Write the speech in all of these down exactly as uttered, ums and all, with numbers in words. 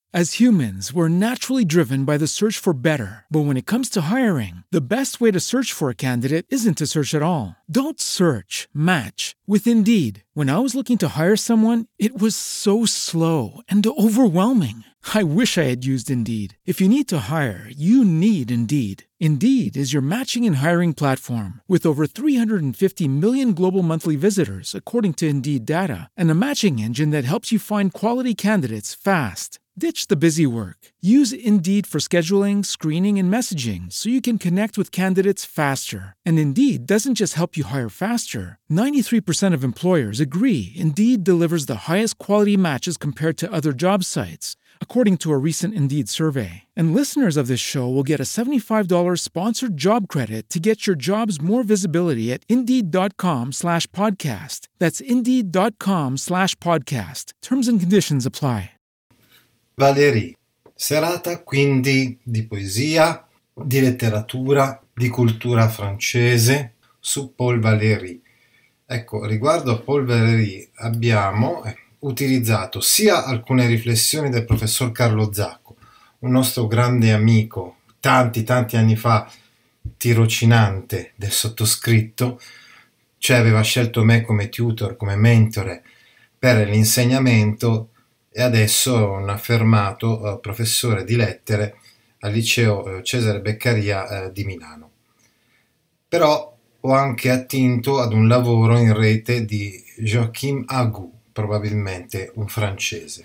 As humans, we're naturally driven by the search for better. But when it comes to hiring, the best way to search for a candidate isn't to search at all. Don't search, match with Indeed. When I was looking to hire someone, it was so slow and overwhelming. I wish I had used Indeed. If you need to hire, you need Indeed. Indeed is your matching and hiring platform with over three hundred fifty million global monthly visitors, according to Indeed data, and a matching engine that helps you find quality candidates fast. Ditch the busy work. Use Indeed for scheduling, screening, and messaging so you can connect with candidates faster. And Indeed doesn't just help you hire faster. ninety-three percent of employers agree Indeed delivers the highest quality matches compared to other job sites, according to a recent Indeed survey. And listeners of this show will get a seventy-five dollars sponsored job credit to get your jobs more visibility at Indeed.com slash podcast. That's Indeed.com slash podcast. Terms and conditions apply. Valéry, serata quindi di poesia, di letteratura, di cultura francese su Paul Valéry. Ecco, riguardo a Paul Valéry abbiamo utilizzato sia alcune riflessioni del professor Carlo Zacco, un nostro grande amico, tanti tanti anni fa, tirocinante del sottoscritto, cioè aveva scelto me come tutor, come mentore per l'insegnamento, e adesso un affermato uh, professore di lettere al liceo uh, Cesare Beccaria uh, di Milano. Però ho anche attinto ad un lavoro in rete di Joachim Agu, probabilmente un francese.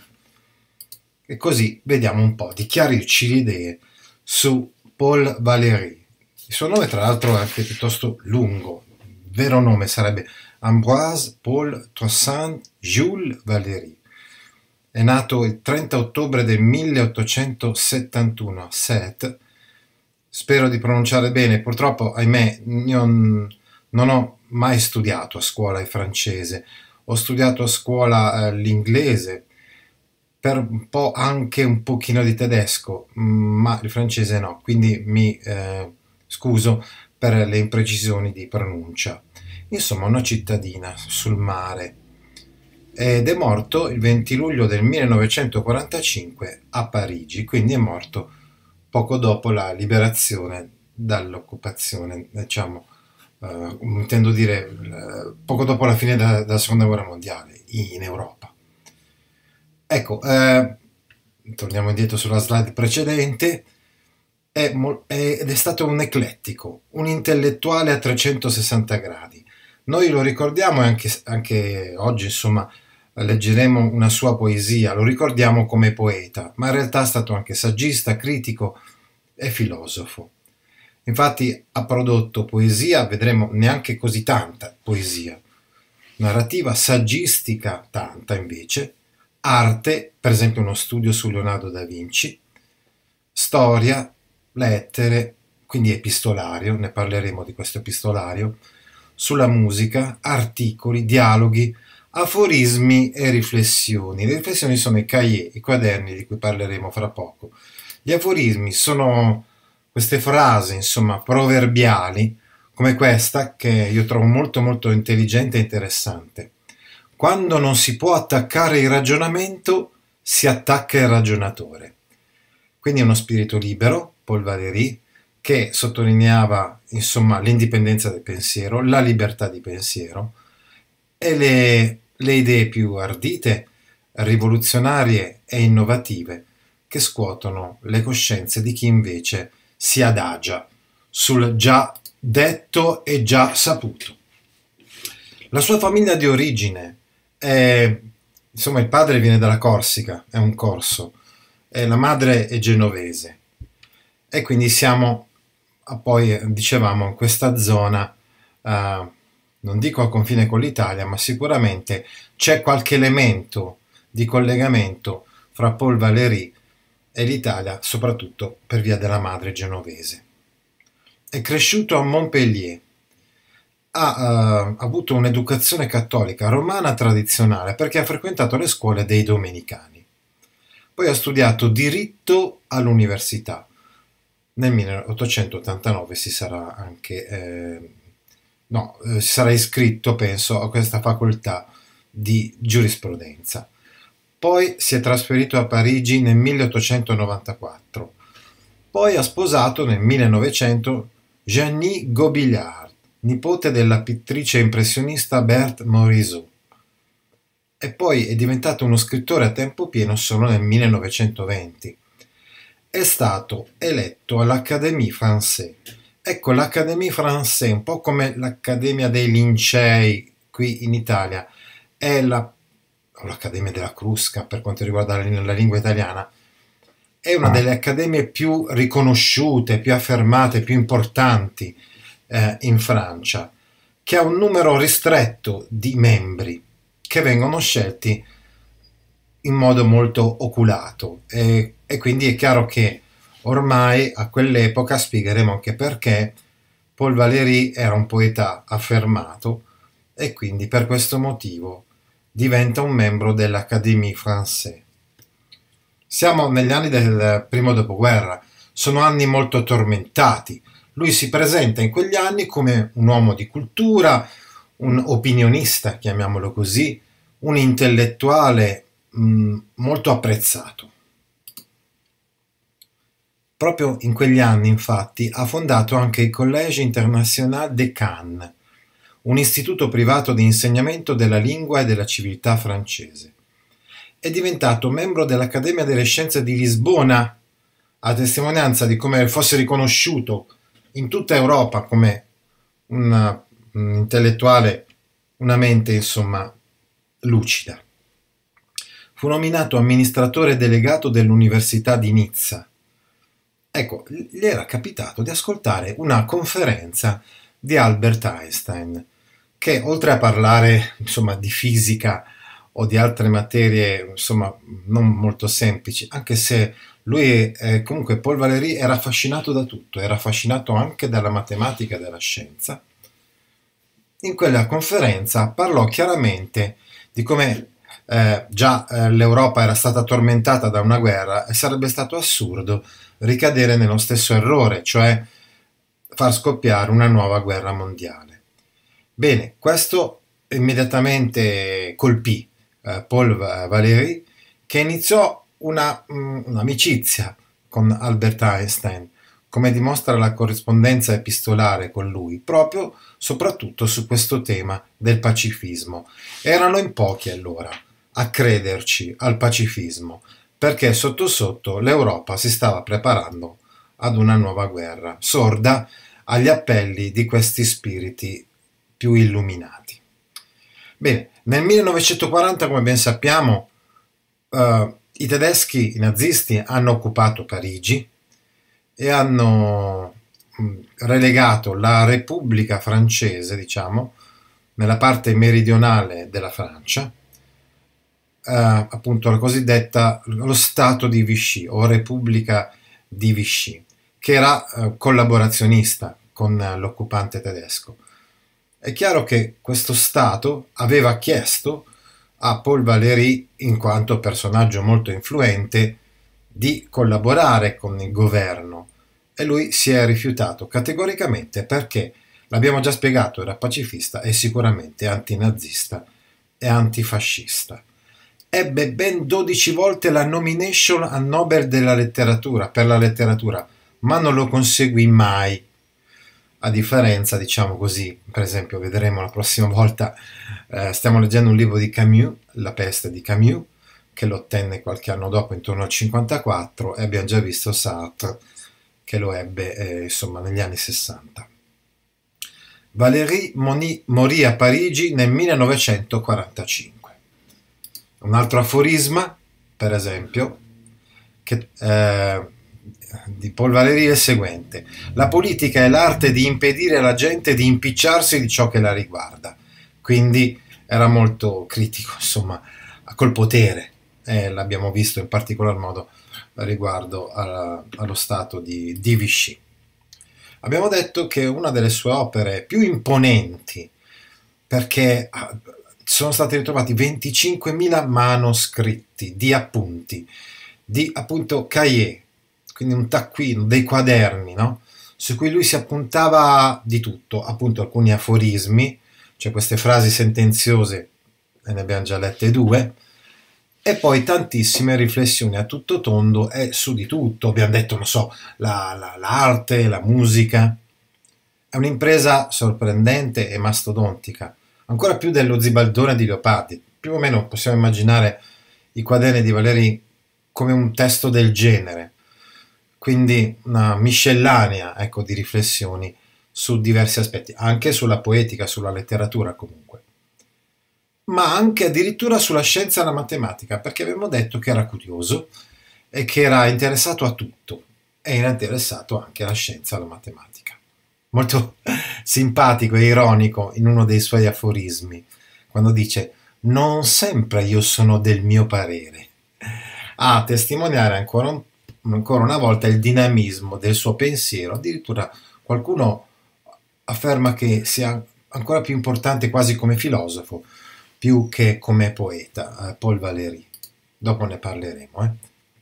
E così vediamo un po' di chiarirci le idee su Paul Valéry. Il suo nome tra l'altro è anche piuttosto lungo, il vero nome sarebbe Ambroise Paul Toussaint Jules Valéry. È nato il trenta ottobre del milleottocentosettantuno a Sète. Spero di pronunciare bene. Purtroppo, ahimè, io non ho mai studiato a scuola il francese. Ho studiato a scuola eh, l'inglese, per un po' anche un pochino di tedesco, ma il francese no. Quindi mi eh, scuso per le imprecisioni di pronuncia. Insomma, una cittadina sul mare. Ed è morto il venti luglio del millenovecentoquarantacinque a Parigi, quindi è morto poco dopo la liberazione dall'occupazione, diciamo, eh, intendo dire eh, poco dopo la fine della, della seconda guerra mondiale in Europa. Ecco, eh, torniamo indietro sulla slide precedente, è, è, ed è stato un eclettico, un intellettuale a trecentosessanta gradi. Noi lo ricordiamo e anche, anche oggi, insomma, leggeremo una sua poesia, lo ricordiamo come poeta, ma in realtà è stato anche saggista, critico e filosofo. Infatti ha prodotto poesia, vedremo neanche così tanta poesia, narrativa saggistica tanta invece, arte, per esempio uno studio su Leonardo da Vinci, storia, lettere, quindi epistolario, ne parleremo di questo epistolario, sulla musica, articoli, dialoghi, aforismi e riflessioni. Le riflessioni sono i cahiers, i quaderni di cui parleremo fra poco. Gli aforismi sono queste frasi, insomma, proverbiali, come questa, che io trovo molto molto intelligente e interessante. Quando non si può attaccare il ragionamento, si attacca il ragionatore. Quindi è uno spirito libero, Paul Valéry, che sottolineava, insomma, l'indipendenza del pensiero, la libertà di pensiero e le le idee più ardite, rivoluzionarie e innovative che scuotono le coscienze di chi invece si adagia sul già detto e già saputo. La sua famiglia di origine è, insomma, il padre viene dalla Corsica, è un corso, e la madre è genovese, e quindi siamo a poi, dicevamo, in questa zona uh, non dico a confine con l'Italia, ma sicuramente c'è qualche elemento di collegamento fra Paul Valéry e l'Italia, soprattutto per via della madre genovese. È cresciuto a Montpellier, ha uh, avuto un'educazione cattolica romana tradizionale perché ha frequentato le scuole dei domenicani. Poi ha studiato diritto all'università. Nel milleottocentottantanove si sarà anche... Eh, No, eh, si sarà iscritto, penso, a questa facoltà di giurisprudenza. poi si è trasferito a Parigi nel milleottocentonovantaquattro, poi ha sposato nel millenovecento Jeannie Gobillard, nipote della pittrice impressionista Berthe Morisot, e poi è diventato uno scrittore a tempo pieno solo nel millenovecentoventi. È stato eletto all'Académie Française. Ecco, l'Académie Française, un po' come l'Accademia dei Lincei qui in Italia, è la, o l'Accademia della Crusca per quanto riguarda la, la lingua italiana, è una delle accademie più riconosciute, più affermate, più importanti eh, in Francia, che ha un numero ristretto di membri che vengono scelti in modo molto oculato, e, e quindi è chiaro che ormai a quell'epoca, spiegheremo anche perché, Paul Valéry era un poeta affermato e quindi per questo motivo diventa un membro dell'Académie Française. Siamo negli anni del primo dopoguerra, sono anni molto tormentati. Lui si presenta in quegli anni come un uomo di cultura, un opinionista, chiamiamolo così, un intellettuale mh, molto apprezzato. Proprio in quegli anni, infatti, ha fondato anche il Collège International de Cannes, un istituto privato di insegnamento della lingua e della civiltà francese. È diventato membro dell'Accademia delle Scienze di Lisbona, a testimonianza di come fosse riconosciuto in tutta Europa come una, un intellettuale, una mente insomma lucida. Fu nominato amministratore delegato dell'Università di Nizza. Ecco, gli era capitato di ascoltare una conferenza di Albert Einstein, che oltre a parlare insomma di fisica o di altre materie insomma non molto semplici, anche se lui eh, comunque Paul Valéry era affascinato da tutto, era affascinato anche dalla matematica e dalla scienza. In quella conferenza parlò chiaramente di come eh, già eh, l'Europa era stata tormentata da una guerra e sarebbe stato assurdo ricadere nello stesso errore, cioè far scoppiare una nuova guerra mondiale. Bene, questo immediatamente colpì eh, Paul Valéry, che iniziò una, um, un'amicizia con Albert Einstein, come dimostra la corrispondenza epistolare con lui, proprio soprattutto su questo tema del pacifismo. Erano in pochi allora a crederci al pacifismo, perché sotto sotto l'Europa si stava preparando ad una nuova guerra, sorda agli appelli di questi spiriti più illuminati. Bene, nel millenovecentoquaranta, come ben sappiamo, eh, i tedeschi, i nazisti, hanno occupato Parigi e hanno relegato la Repubblica francese, diciamo, nella parte meridionale della Francia, eh, appunto la cosiddetta lo Stato di Vichy o Repubblica di Vichy, che era eh, collaborazionista con eh, l'occupante tedesco. È chiaro che questo Stato aveva chiesto a Paul Valéry, in quanto personaggio molto influente, di collaborare con il governo, e lui si è rifiutato categoricamente perché, l'abbiamo già spiegato, era pacifista e sicuramente antinazista e antifascista. Ebbe ben dodici volte la nomination al Nobel della letteratura, per la letteratura, ma non lo conseguì mai. A differenza, diciamo così, per esempio, vedremo la prossima volta, eh, stiamo leggendo un libro di Camus, La peste di Camus, che lo ottenne qualche anno dopo, intorno al cinquantaquattro, e abbiamo già visto Sartre, che lo ebbe eh, insomma negli anni sessanta. Valéry Moni morì a Parigi nel millenovecentoquarantacinque. Un altro aforisma, per esempio, che, eh, di Paul Valéry è il seguente: la politica è l'arte di impedire alla gente di impicciarsi di ciò che la riguarda. Quindi era molto critico, insomma, col potere, eh, l'abbiamo visto in particolar modo riguardo alla, allo stato di, di Vichy. Abbiamo detto che una delle sue opere più imponenti, perché sono stati ritrovati venticinquemila manoscritti di appunti, di appunto cahiers, quindi un taccuino, dei quaderni, no? Su cui lui si appuntava di tutto, appunto alcuni aforismi, cioè queste frasi sentenziose, e ne abbiamo già lette due, e poi tantissime riflessioni a tutto tondo e su di tutto. Abbiamo detto, non so, la, la, l'arte, la musica. È un'impresa sorprendente e mastodontica, ancora più dello Zibaldone di Leopardi. Più o meno possiamo immaginare i quaderni di Valéry come un testo del genere, quindi una miscellanea, ecco, di riflessioni su diversi aspetti, anche sulla poetica, sulla letteratura comunque, ma anche addirittura sulla scienza e la matematica, perché abbiamo detto che era curioso e che era interessato a tutto, e era interessato anche alla scienza e alla matematica. Molto simpatico e ironico in uno dei suoi aforismi, quando dice «Non sempre io sono del mio parere», a testimoniare ancora, un, ancora una volta il dinamismo del suo pensiero. Addirittura qualcuno afferma che sia ancora più importante quasi come filosofo più che come poeta, eh, Paul Valéry. Dopo ne parleremo. Eh.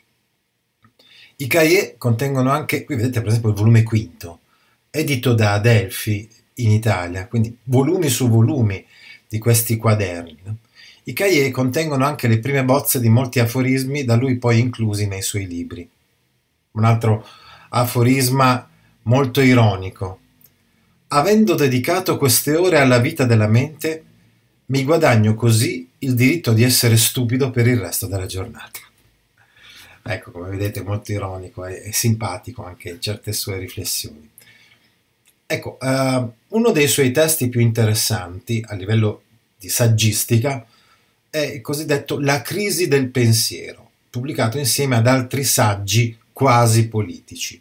I cahiers contengono anche, qui vedete per esempio il volume quinto, edito da Adelphi in Italia, quindi volumi su volumi di questi quaderni. No? I cahiers contengono anche le prime bozze di molti aforismi da lui poi inclusi nei suoi libri. Un altro aforisma molto ironico. Avendo dedicato queste ore alla vita della mente, mi guadagno così il diritto di essere stupido per il resto della giornata. Ecco, come vedete, molto ironico e, e simpatico anche in certe sue riflessioni. Ecco, uh, uno dei suoi testi più interessanti a livello di saggistica è il cosiddetto La crisi del pensiero, pubblicato insieme ad altri saggi quasi politici.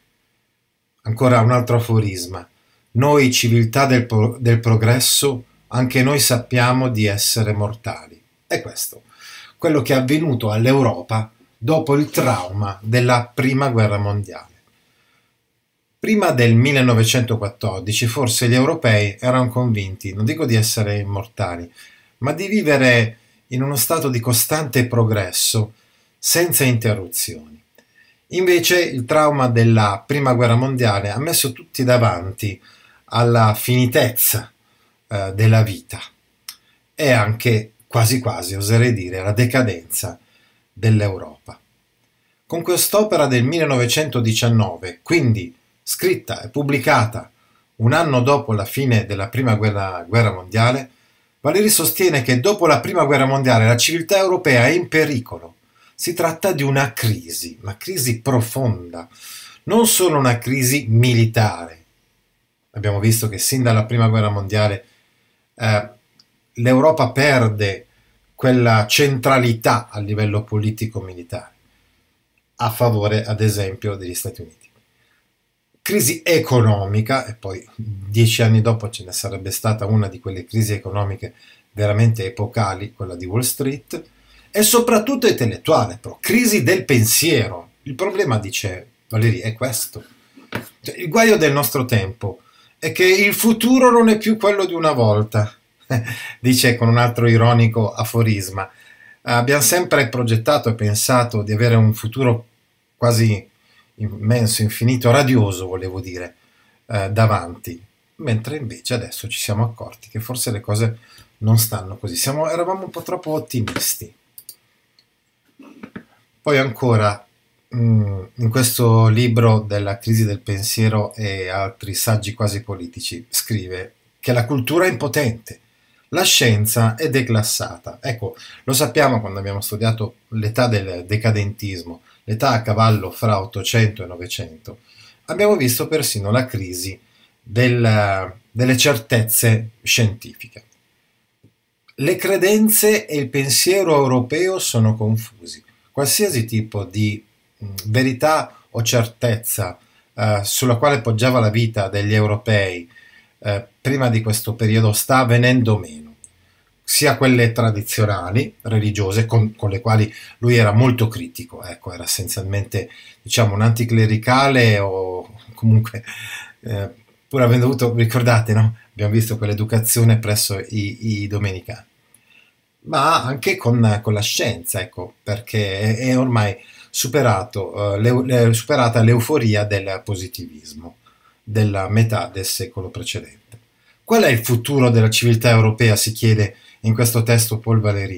Ancora un altro aforisma. Noi, civiltà del, pro- del progresso, anche noi sappiamo di essere mortali. È questo, quello che è avvenuto all'Europa dopo il trauma della Prima Guerra Mondiale. Prima del millenovecentoquattordici forse gli europei erano convinti, non dico di essere immortali, ma di vivere in uno stato di costante progresso, senza interruzioni. Invece il trauma della Prima Guerra Mondiale ha messo tutti davanti alla finitezza eh, della vita e anche, quasi quasi, oserei dire, alla decadenza dell'Europa. Con quest'opera del millenovecentodiciannove, quindi scritta e pubblicata un anno dopo la fine della Prima Guerra, guerra Mondiale, Valéry sostiene che dopo la Prima Guerra Mondiale la civiltà europea è in pericolo. Si tratta di una crisi, una crisi profonda, non solo una crisi militare. Abbiamo visto che sin dalla Prima Guerra Mondiale eh, l'Europa perde quella centralità a livello politico-militare, a favore, ad esempio, degli Stati Uniti. Crisi economica, e poi dieci anni dopo ce ne sarebbe stata una di quelle crisi economiche veramente epocali, quella di Wall Street, e soprattutto intellettuale, però, crisi del pensiero. Il problema, dice Valéry, è questo. Cioè, il guaio del nostro tempo è che il futuro non è più quello di una volta, dice con un altro ironico aforisma. Abbiamo sempre progettato e pensato di avere un futuro quasi immenso, infinito, radioso, volevo dire, eh, davanti, mentre invece adesso ci siamo accorti che forse le cose non stanno così. Siamo, eravamo un po' troppo ottimisti. Poi ancora, mh, in questo libro della crisi del pensiero e altri saggi quasi politici, scrive che la cultura è impotente, la scienza è declassata. Ecco, lo sappiamo quando abbiamo studiato l'età del decadentismo, l'età a cavallo fra Ottocento e Novecento. Abbiamo visto persino la crisi del, delle certezze scientifiche. Le credenze e il pensiero europeo sono confusi. Qualsiasi tipo di mh, verità o certezza eh, sulla quale poggiava la vita degli europei eh, prima di questo periodo sta venendo meno, sia quelle tradizionali, religiose, con, con le quali lui era molto critico, ecco, era essenzialmente, diciamo, un anticlericale o comunque, eh, pur avendo avuto, ricordate, no? Abbiamo visto quell'educazione presso i, i domenicani, ma anche con, con la scienza, ecco, perché è, è ormai superato, eh, le, le, superata l'euforia del positivismo della metà del secolo precedente. Qual è il futuro della civiltà europea, si chiede in questo testo Paul Valéry?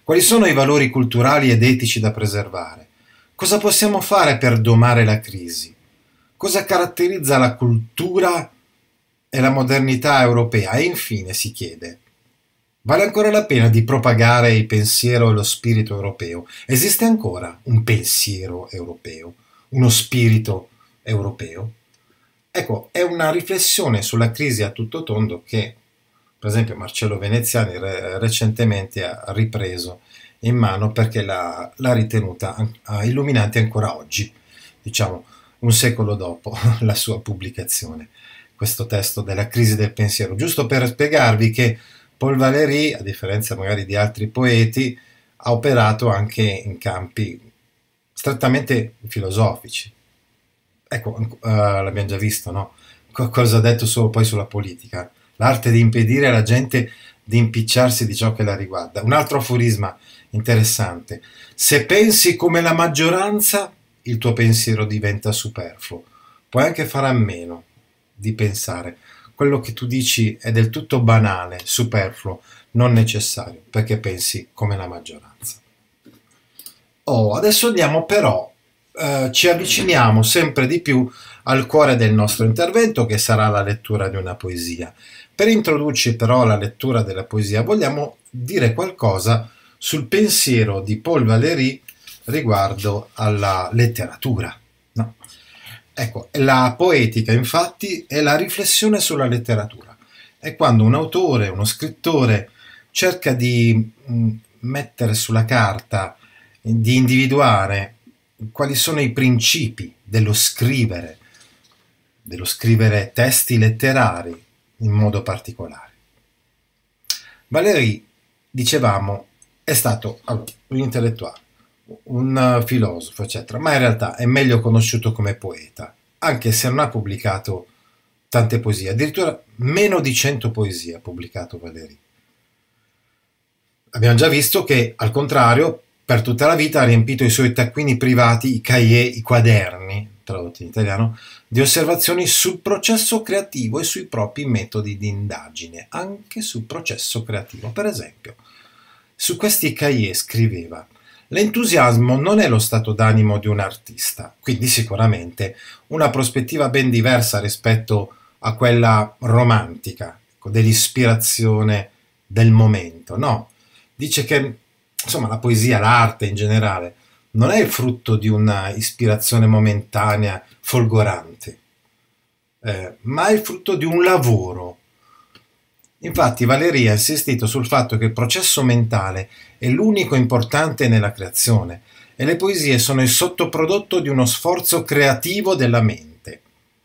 Quali sono i valori culturali ed etici da preservare? Cosa possiamo fare per domare la crisi? Cosa caratterizza la cultura e la modernità europea? E infine si chiede: vale ancora la pena di propagare il pensiero e lo spirito europeo? Esiste ancora un pensiero europeo? Uno spirito europeo? Ecco, è una riflessione sulla crisi a tutto tondo che, per esempio, Marcello Veneziani re- recentemente ha ripreso in mano perché l'ha, l'ha ritenuta an- illuminante ancora oggi, diciamo un secolo dopo la sua pubblicazione, questo testo della crisi del pensiero, giusto per spiegarvi che Paul Valéry, a differenza magari di altri poeti, ha operato anche in campi strettamente filosofici. Ecco, uh, l'abbiamo già visto, no? Cosa ha detto solo poi sulla politica? L'arte di impedire alla gente di impicciarsi di ciò che la riguarda. Un altro aforisma interessante: se pensi come la maggioranza, il tuo pensiero diventa superfluo. Puoi anche fare a meno di pensare. Quello che tu dici è del tutto banale, superfluo, non necessario, perché pensi come la maggioranza. Oh, adesso andiamo però, eh, ci avviciniamo sempre di più al cuore del nostro intervento, che sarà la lettura di una poesia. Per introdurci però alla lettura della poesia vogliamo dire qualcosa sul pensiero di Paul Valéry riguardo alla letteratura. No? Ecco, la poetica infatti è la riflessione sulla letteratura. È quando un autore, uno scrittore cerca di mh, mettere sulla carta, di individuare quali sono i principi dello scrivere, dello scrivere testi letterari in modo particolare. Valéry, dicevamo, è stato allora, un intellettuale, un filosofo, eccetera, ma in realtà è meglio conosciuto come poeta, anche se non ha pubblicato tante poesie, addirittura meno di cento poesie ha pubblicato Valéry. Abbiamo già visto che, al contrario, per tutta la vita ha riempito i suoi taccuini privati, i cahiers, i quaderni, tradotti in italiano, di osservazioni sul processo creativo e sui propri metodi di indagine, anche sul processo creativo. Per esempio, su questi cahiers scriveva: l'entusiasmo non è lo stato d'animo di un artista, quindi sicuramente una prospettiva ben diversa rispetto a quella romantica, dell'ispirazione del momento, no? Dice che insomma la poesia, l'arte in generale, non è il frutto di una ispirazione momentanea, folgorante, eh, ma è il frutto di un lavoro. Infatti Valéry ha insistito sul fatto che il processo mentale è l'unico importante nella creazione e le poesie sono il sottoprodotto di uno sforzo creativo della mente.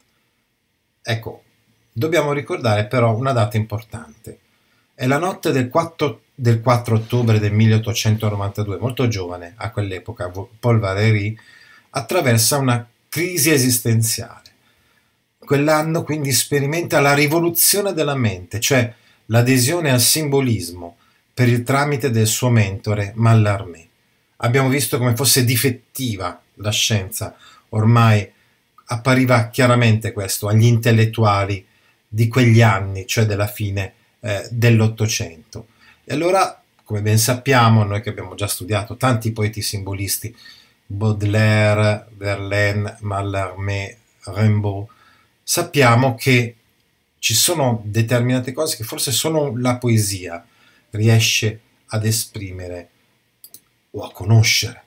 Ecco, dobbiamo ricordare però una data importante. È la notte del quattro, del quattro ottobre del milleottocentonovantadue, molto giovane a quell'epoca. Paul Valéry attraversa una crisi esistenziale. Quell'anno quindi sperimenta la rivoluzione della mente, cioè l'adesione al simbolismo per il tramite del suo mentore Mallarmé. Abbiamo visto come fosse difettiva la scienza, ormai appariva chiaramente questo agli intellettuali di quegli anni, cioè della fine eh, dell'Ottocento. E allora, come ben sappiamo, noi che abbiamo già studiato tanti poeti simbolisti, Baudelaire, Verlaine, Mallarmé, Rimbaud, sappiamo che ci sono determinate cose che forse solo la poesia riesce ad esprimere o a conoscere.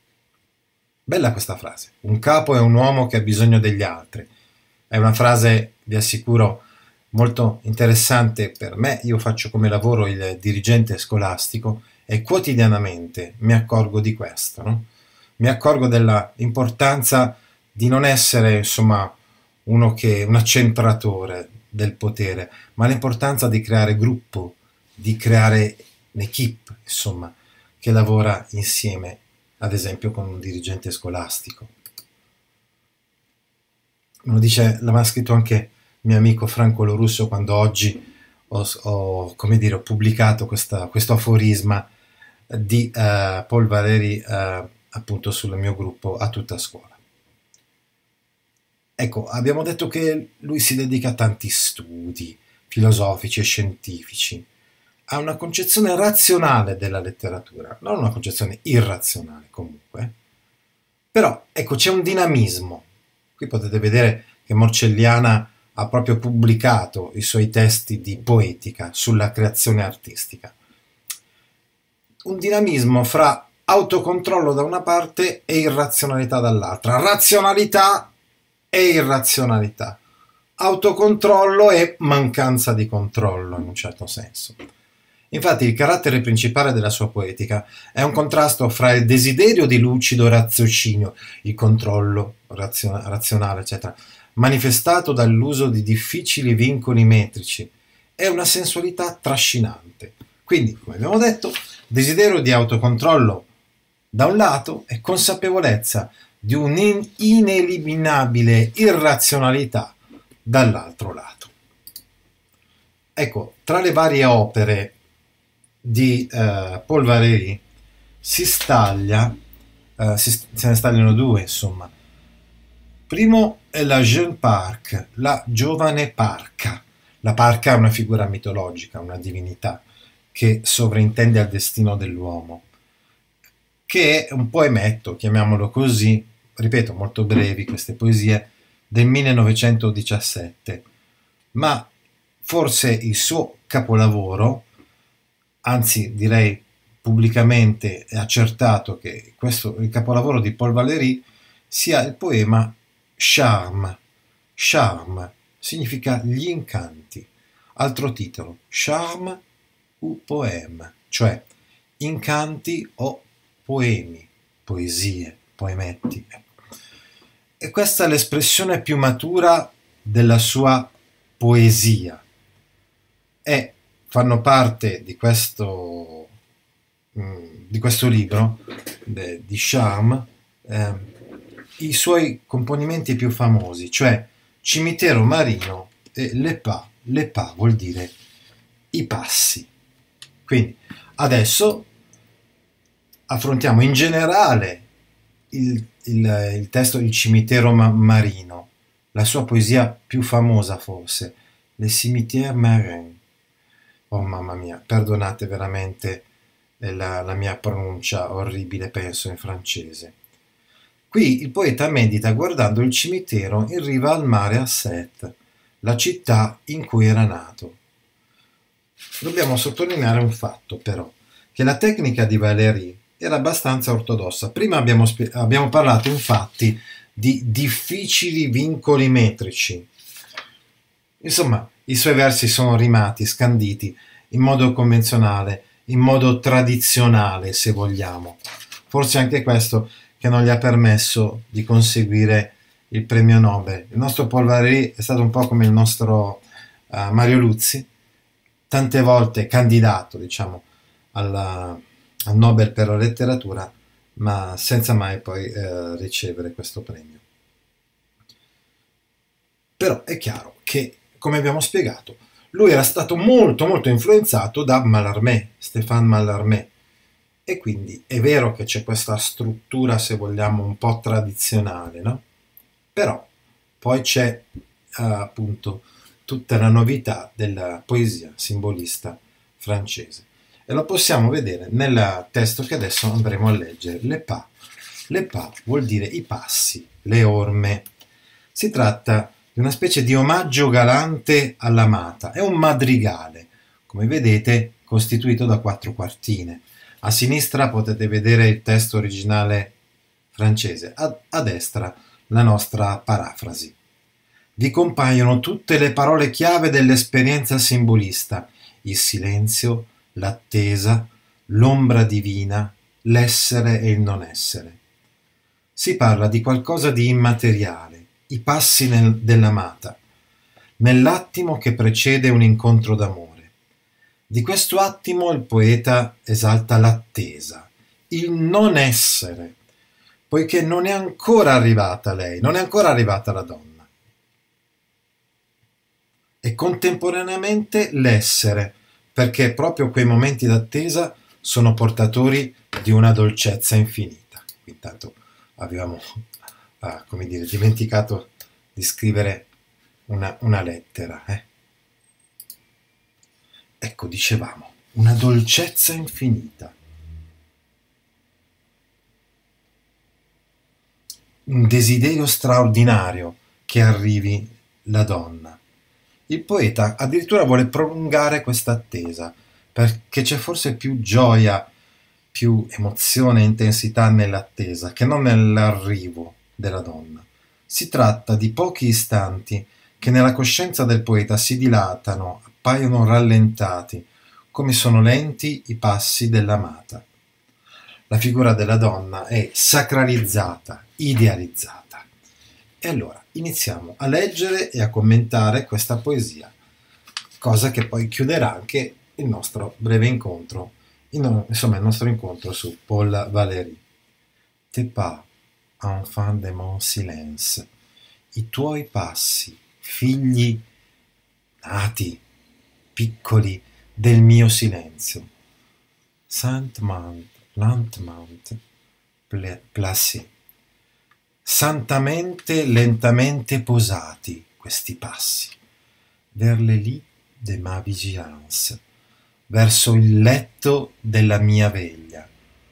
Bella questa frase. Un capo è un uomo che ha bisogno degli altri. È una frase, vi assicuro, molto interessante per me. Io faccio come lavoro il dirigente scolastico e quotidianamente mi accorgo di questo, no? Mi accorgo dell'importanza di non essere, insomma, uno che un accentratore del potere, ma l'importanza di creare gruppo, di creare un'equipe, insomma, che lavora insieme, ad esempio con un dirigente scolastico. Me lo dice, l'aveva scritto anche mio amico Franco Lorusso quando oggi ho, ho come dire, ho pubblicato questa, questo aforisma di uh, Paul Valéry uh, appunto sul mio gruppo A Tutta Scuola. Ecco, abbiamo detto che lui si dedica a tanti studi filosofici e scientifici. ha una concezione razionale della letteratura, non una concezione irrazionale comunque. Però, ecco, c'è un dinamismo. Qui potete vedere che Morcelliana ha proprio pubblicato i suoi testi di poetica sulla creazione artistica. Un dinamismo fra autocontrollo da una parte e irrazionalità dall'altra. Razionalità e irrazionalità. Autocontrollo e mancanza di controllo, in un certo senso. Infatti il carattere principale della sua poetica è un contrasto fra il desiderio di lucido raziocinio, il controllo razio- razionale, eccetera, manifestato dall'uso di difficili vincoli metrici, e una sensualità trascinante. Quindi, come abbiamo detto, desiderio di autocontrollo da un lato e consapevolezza di un'ineliminabile irrazionalità dall'altro lato. Ecco, tra le varie opere di uh, Paul Valéry si staglia, uh, si, se ne stagliano due, insomma. Primo è la Jeune Parc, la giovane parca. La parca è una figura mitologica, una divinità che sovrintende al destino dell'uomo, che è un poemetto, chiamiamolo così, ripeto, molto brevi queste poesie, del millenovecentodiciassette, ma forse il suo capolavoro, anzi direi pubblicamente è accertato che questo, il capolavoro di Paul Valéry, sia il poema Charme. Charme significa gli incanti. Altro titolo, Charme ou Poème, cioè incanti o poemi, poesie, poemetti. E questa è l'espressione più matura della sua poesia. E fanno parte di questo, mh, di questo libro de, di Charme eh, i suoi componimenti più famosi, cioè Cimitero marino e Les pas. Les pas vuol dire i passi. Quindi adesso affrontiamo in generale il, il, il testo Il cimitero ma- marino, la sua poesia più famosa forse, Les cimetières marins. Oh mamma mia, perdonate veramente la, la mia pronuncia orribile, penso in francese. Qui il poeta medita guardando il cimitero in riva al mare a Sète, la città in cui era nato. Dobbiamo sottolineare un fatto però, che la tecnica di Valéry era abbastanza ortodossa. Prima abbiamo, spi- abbiamo parlato infatti di difficili vincoli metrici. Insomma, i suoi versi sono rimati, scanditi, in modo convenzionale, in modo tradizionale, se vogliamo. Forse anche questo che non gli ha permesso di conseguire il premio Nobel. Il nostro Paul Valéry è stato un po' come il nostro uh, Mario Luzzi, tante volte candidato, diciamo, alla, al Nobel per la letteratura, ma senza mai poi eh, ricevere questo premio. Però è chiaro che, come abbiamo spiegato, lui era stato molto molto influenzato da Mallarmé, Stéphane Mallarmé, e quindi è vero che c'è questa struttura, se vogliamo, un po' tradizionale, no? Però poi c'è uh, appunto tutta la novità della poesia simbolista francese. E lo possiamo vedere nel testo che adesso andremo a leggere. Les pas. Les pas vuol dire i passi, le orme. Si tratta di una specie di omaggio galante all'amata. È un madrigale, come vedete, costituito da quattro quartine. A sinistra potete vedere il testo originale francese, a, a destra la nostra parafrasi. Vi compaiono tutte le parole chiave dell'esperienza simbolista: il silenzio, l'attesa, l'ombra divina, l'essere e il non essere. Si parla di qualcosa di immateriale, i passi nel, dell'amata, nell'attimo che precede un incontro d'amore. Di questo attimo il poeta esalta l'attesa, il non essere, poiché non è ancora arrivata lei, non è ancora arrivata la donna. E contemporaneamente l'essere, perché proprio quei momenti d'attesa sono portatori di una dolcezza infinita. Intanto avevamo, ah, come dire, dimenticato di scrivere una, una lettera. Eh? Ecco, dicevamo, una dolcezza infinita, un desiderio straordinario che arrivi la donna. Il poeta addirittura vuole prolungare questa attesa, perché c'è forse più gioia, più emozione e intensità nell'attesa che non nell'arrivo della donna. Si tratta di pochi istanti che nella coscienza del poeta si dilatano, appaiono rallentati, come sono lenti i passi dell'amata. La figura della donna è sacralizzata, idealizzata. E allora iniziamo a leggere e a commentare questa poesia, cosa che poi chiuderà anche il nostro breve incontro, insomma il nostro incontro su Paul Valéry. Tes pas, enfant de mon silence, i tuoi passi, figli nati, piccoli del mio silenzio. Saintement, lentement, placé. Santamente, lentamente posati questi passi, vers le lit de ma vigilance, verso il letto della mia veglia.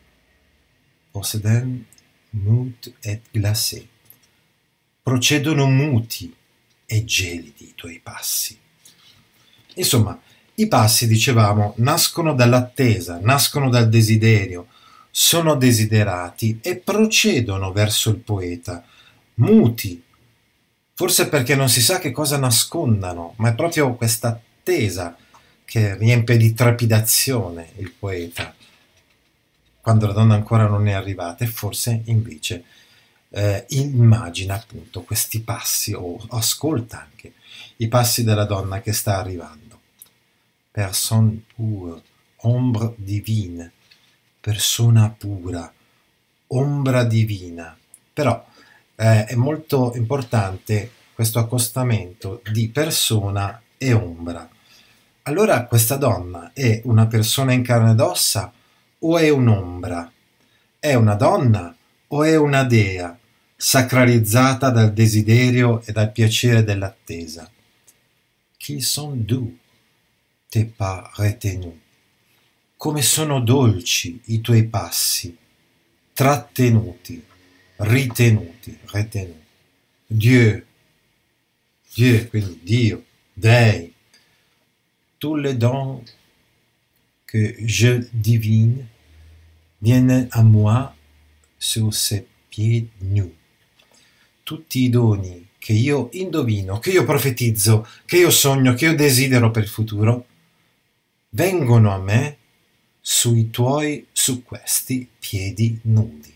Procedent mut et glacé. Procedono muti e gelidi i tuoi passi. Insomma, i passi, dicevamo, nascono dall'attesa, nascono dal desiderio, sono desiderati e procedono verso il poeta, muti, forse perché non si sa che cosa nascondano, ma è proprio questa attesa che riempie di trepidazione il poeta, quando la donna ancora non è arrivata, e forse invece eh, immagina appunto questi passi, o ascolta anche i passi della donna che sta arrivando. Personne pure, ombre divine, persona pura, ombra divina. Però eh, è molto importante questo accostamento di persona e ombra. Allora questa donna è una persona in carne ed ossa o è un'ombra? È una donna o è una dea, sacralizzata dal desiderio e dal piacere dell'attesa? Qu'ils sont doux, tes pas retenus. Come sono dolci i tuoi passi, trattenuti, ritenuti, retenuti. Dieu, Dieu, quindi Dio, dei. Tous les dons que je divine viennent à moi sur ses pieds nus. Tutti i doni che io indovino, che io profetizzo, che io sogno, che io desidero per il futuro, vengono a me sui tuoi, su questi piedi nudi.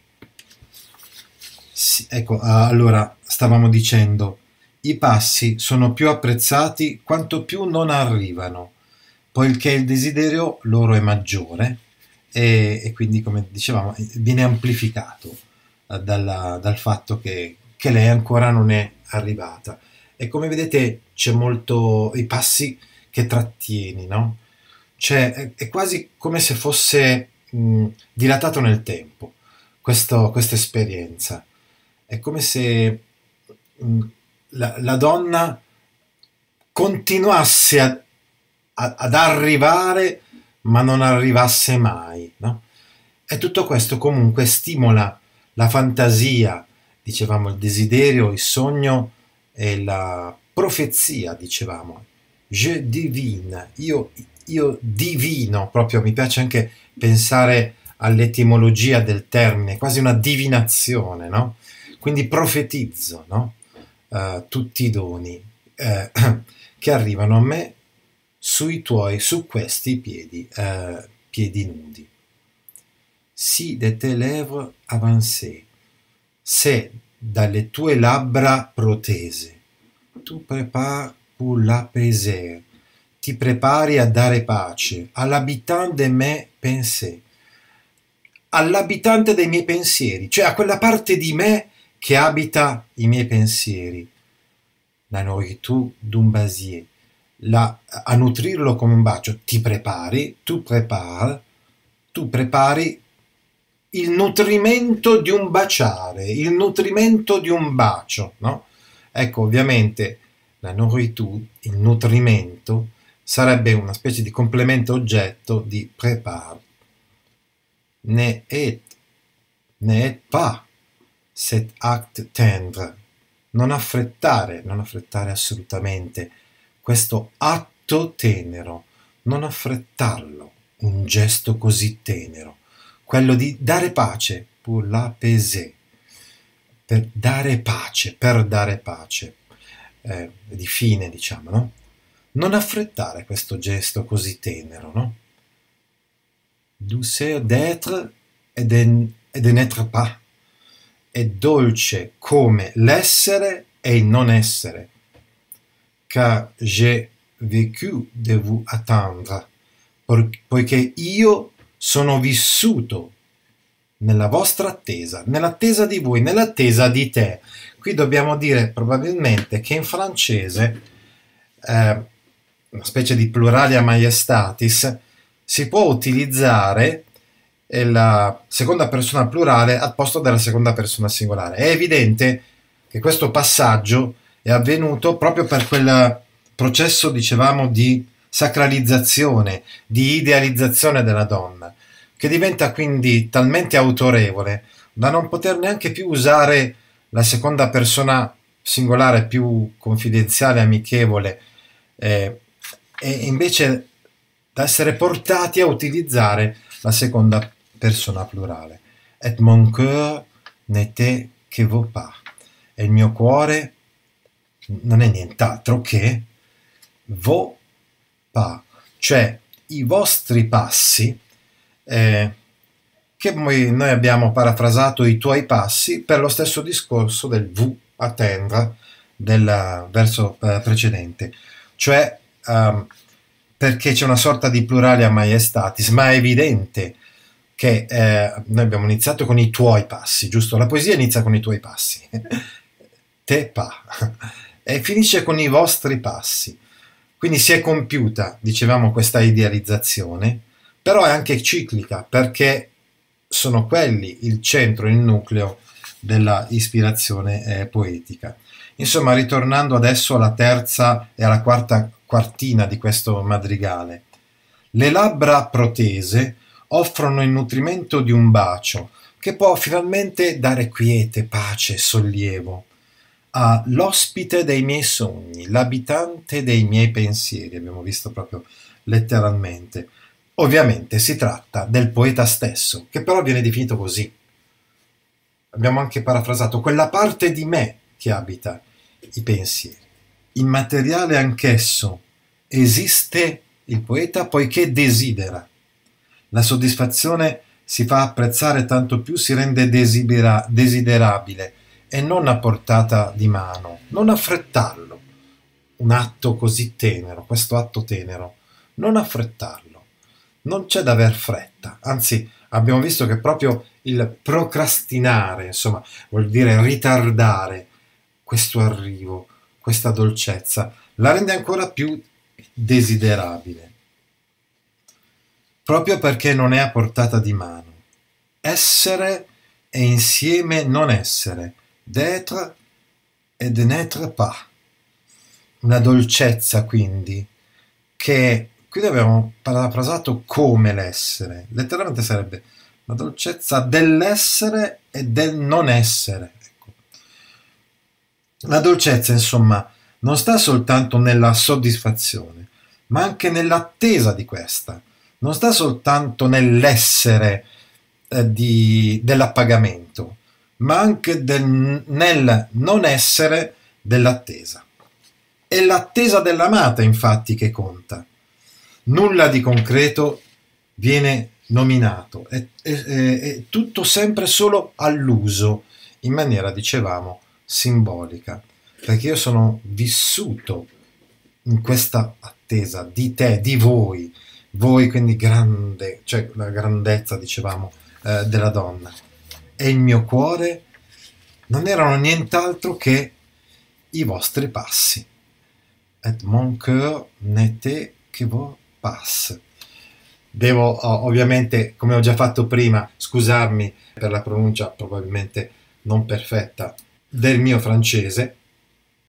Sì, ecco, allora stavamo dicendo, i passi sono più apprezzati quanto più non arrivano, poiché il desiderio loro è maggiore e, e quindi, come dicevamo, viene amplificato eh, dalla, dal fatto che, che lei ancora non è arrivata. E come vedete c'è molto i passi che trattieni, no? Cioè è, è quasi come se fosse mh, dilatato nel tempo questo, questa esperienza. È come se mh, la, la donna continuasse a ad arrivare ma non arrivasse mai, no? E tutto questo comunque stimola la fantasia, dicevamo il desiderio, il sogno e la profezia, dicevamo. Je divine, io, io divino, proprio mi piace anche pensare all'etimologia del termine, quasi una divinazione, no? Quindi profetizzo, no? Uh, tutti i doni uh, che arrivano a me sui tuoi, su questi piedi, eh, piedi nudi. Si de tes lèvres avancées, se dalle tue labbra protese, tu prépares pour l'apaiser, ti prepari a dare pace all'habitant de mes pensées, all'abitante dei miei pensieri, cioè a quella parte di me che abita i miei pensieri, la nourriture d'un basier, La, a nutrirlo come un bacio. Ti prepari, tu prepari, tu prepari il nutrimento di un baciare, il nutrimento di un bacio, no? Ecco, ovviamente la nourriture, il nutrimento, sarebbe una specie di complemento oggetto di prépare. Ne est, ne est pas cet acte tendre. Non affrettare, non affrettare assolutamente questo atto tenero, non affrettarlo, un gesto così tenero, quello di dare pace, pour l'apaiser, per dare pace, per dare pace, eh, di fine diciamo, no? Non affrettare questo gesto così tenero, no? Douceur d'être e de, e de n'être pas. È dolce come l'essere e il non essere. Car j'ai vécu de vous attendre, poiché io sono vissuto nella vostra attesa, nell'attesa di voi, nell'attesa di te. Qui dobbiamo dire probabilmente che in francese eh, una specie di pluralia maiestatis si può utilizzare la seconda persona plurale al posto della seconda persona singolare. È evidente che questo passaggio è avvenuto proprio per quel processo, dicevamo, di sacralizzazione, di idealizzazione della donna, che diventa quindi talmente autorevole da non poter neanche più usare la seconda persona singolare più confidenziale, amichevole, eh, e invece da essere portati a utilizzare la seconda persona plurale. Et mon cœur n'était que vos pas. E il mio cuore non è nient'altro che vos pas, cioè i vostri passi, eh, che noi, noi abbiamo parafrasato i tuoi passi per lo stesso discorso del vous attendre del verso eh, precedente, cioè um, perché c'è una sorta di pluralia maiestatis, ma è evidente che eh, noi abbiamo iniziato con i tuoi passi, giusto? La poesia inizia con i tuoi passi, te pas, e finisce con i vostri passi. Quindi si è compiuta, dicevamo, questa idealizzazione, però è anche ciclica, perché sono quelli il centro, il nucleo della ispirazione eh, poetica. Insomma, ritornando adesso alla terza e alla quarta quartina di questo madrigale, le labbra protese offrono il nutrimento di un bacio che può finalmente dare quiete, pace, sollievo all'ospite dei miei sogni, l'abitante dei miei pensieri, abbiamo visto proprio letteralmente. Ovviamente si tratta del poeta stesso, che però viene definito così. Abbiamo anche parafrasato quella parte di me che abita i pensieri. Immateriale anch'esso, esiste il poeta poiché desidera. La soddisfazione si fa apprezzare tanto più si rende desidera- desiderabile e non a portata di mano, non affrettarlo. Un atto così tenero, questo atto tenero, non affrettarlo. Non c'è da aver fretta, anzi abbiamo visto che proprio il procrastinare, insomma, vuol dire ritardare questo arrivo, questa dolcezza, la rende ancora più desiderabile. Proprio perché non è a portata di mano. Essere e insieme non essere, d'être et de n'être pas. Una dolcezza quindi, che qui abbiamo parafrasato come l'essere, letteralmente sarebbe la dolcezza dell'essere e del non essere. Ecco. La dolcezza, insomma, non sta soltanto nella soddisfazione, ma anche nell'attesa di questa. Non sta soltanto nell'essere eh, di, dell'appagamento, ma anche del, nel non essere dell'attesa. È l'attesa dell'amata, infatti, che conta. Nulla di concreto viene nominato, è, è, è tutto sempre solo all'uso, in maniera, dicevamo, simbolica, perché io sono vissuto in questa attesa di te, di voi, voi quindi grande, cioè la grandezza, dicevamo, eh, della donna, e il mio cuore non erano nient'altro che i vostri passi. Et mon cœur n'était que vos pas. Devo oh, ovviamente, come ho già fatto prima, scusarmi per la pronuncia probabilmente non perfetta del mio francese,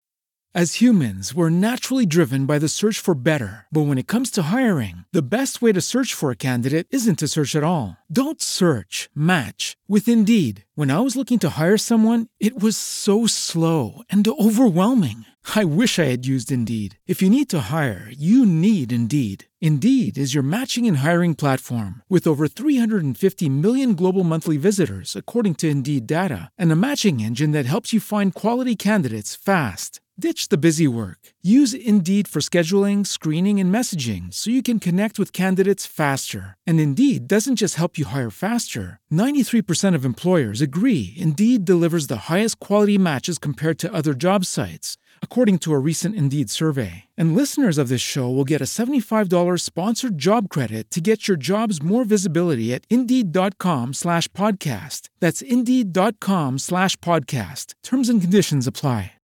As humans, we're naturally driven by the search for better. But when it comes to hiring, the best way to search for a candidate isn't to search at all. Don't search, match with Indeed. When I was looking to hire someone, it was so slow and overwhelming. I wish I had used Indeed. If you need to hire, you need Indeed. Indeed is your matching and hiring platform with over three hundred fifty million global monthly visitors, according to Indeed data, and a matching engine that helps you find quality candidates fast. Ditch the busy work. Use Indeed for scheduling, screening, and messaging so you can connect with candidates faster. And Indeed doesn't just help you hire faster. ninety-three percent of employers agree Indeed delivers the highest quality matches compared to other job sites, according to a recent Indeed survey. And listeners of this show will get a seventy-five dollars sponsored job credit to get your jobs more visibility at Indeed.com slash podcast. That's Indeed.com slash podcast. Terms and conditions apply.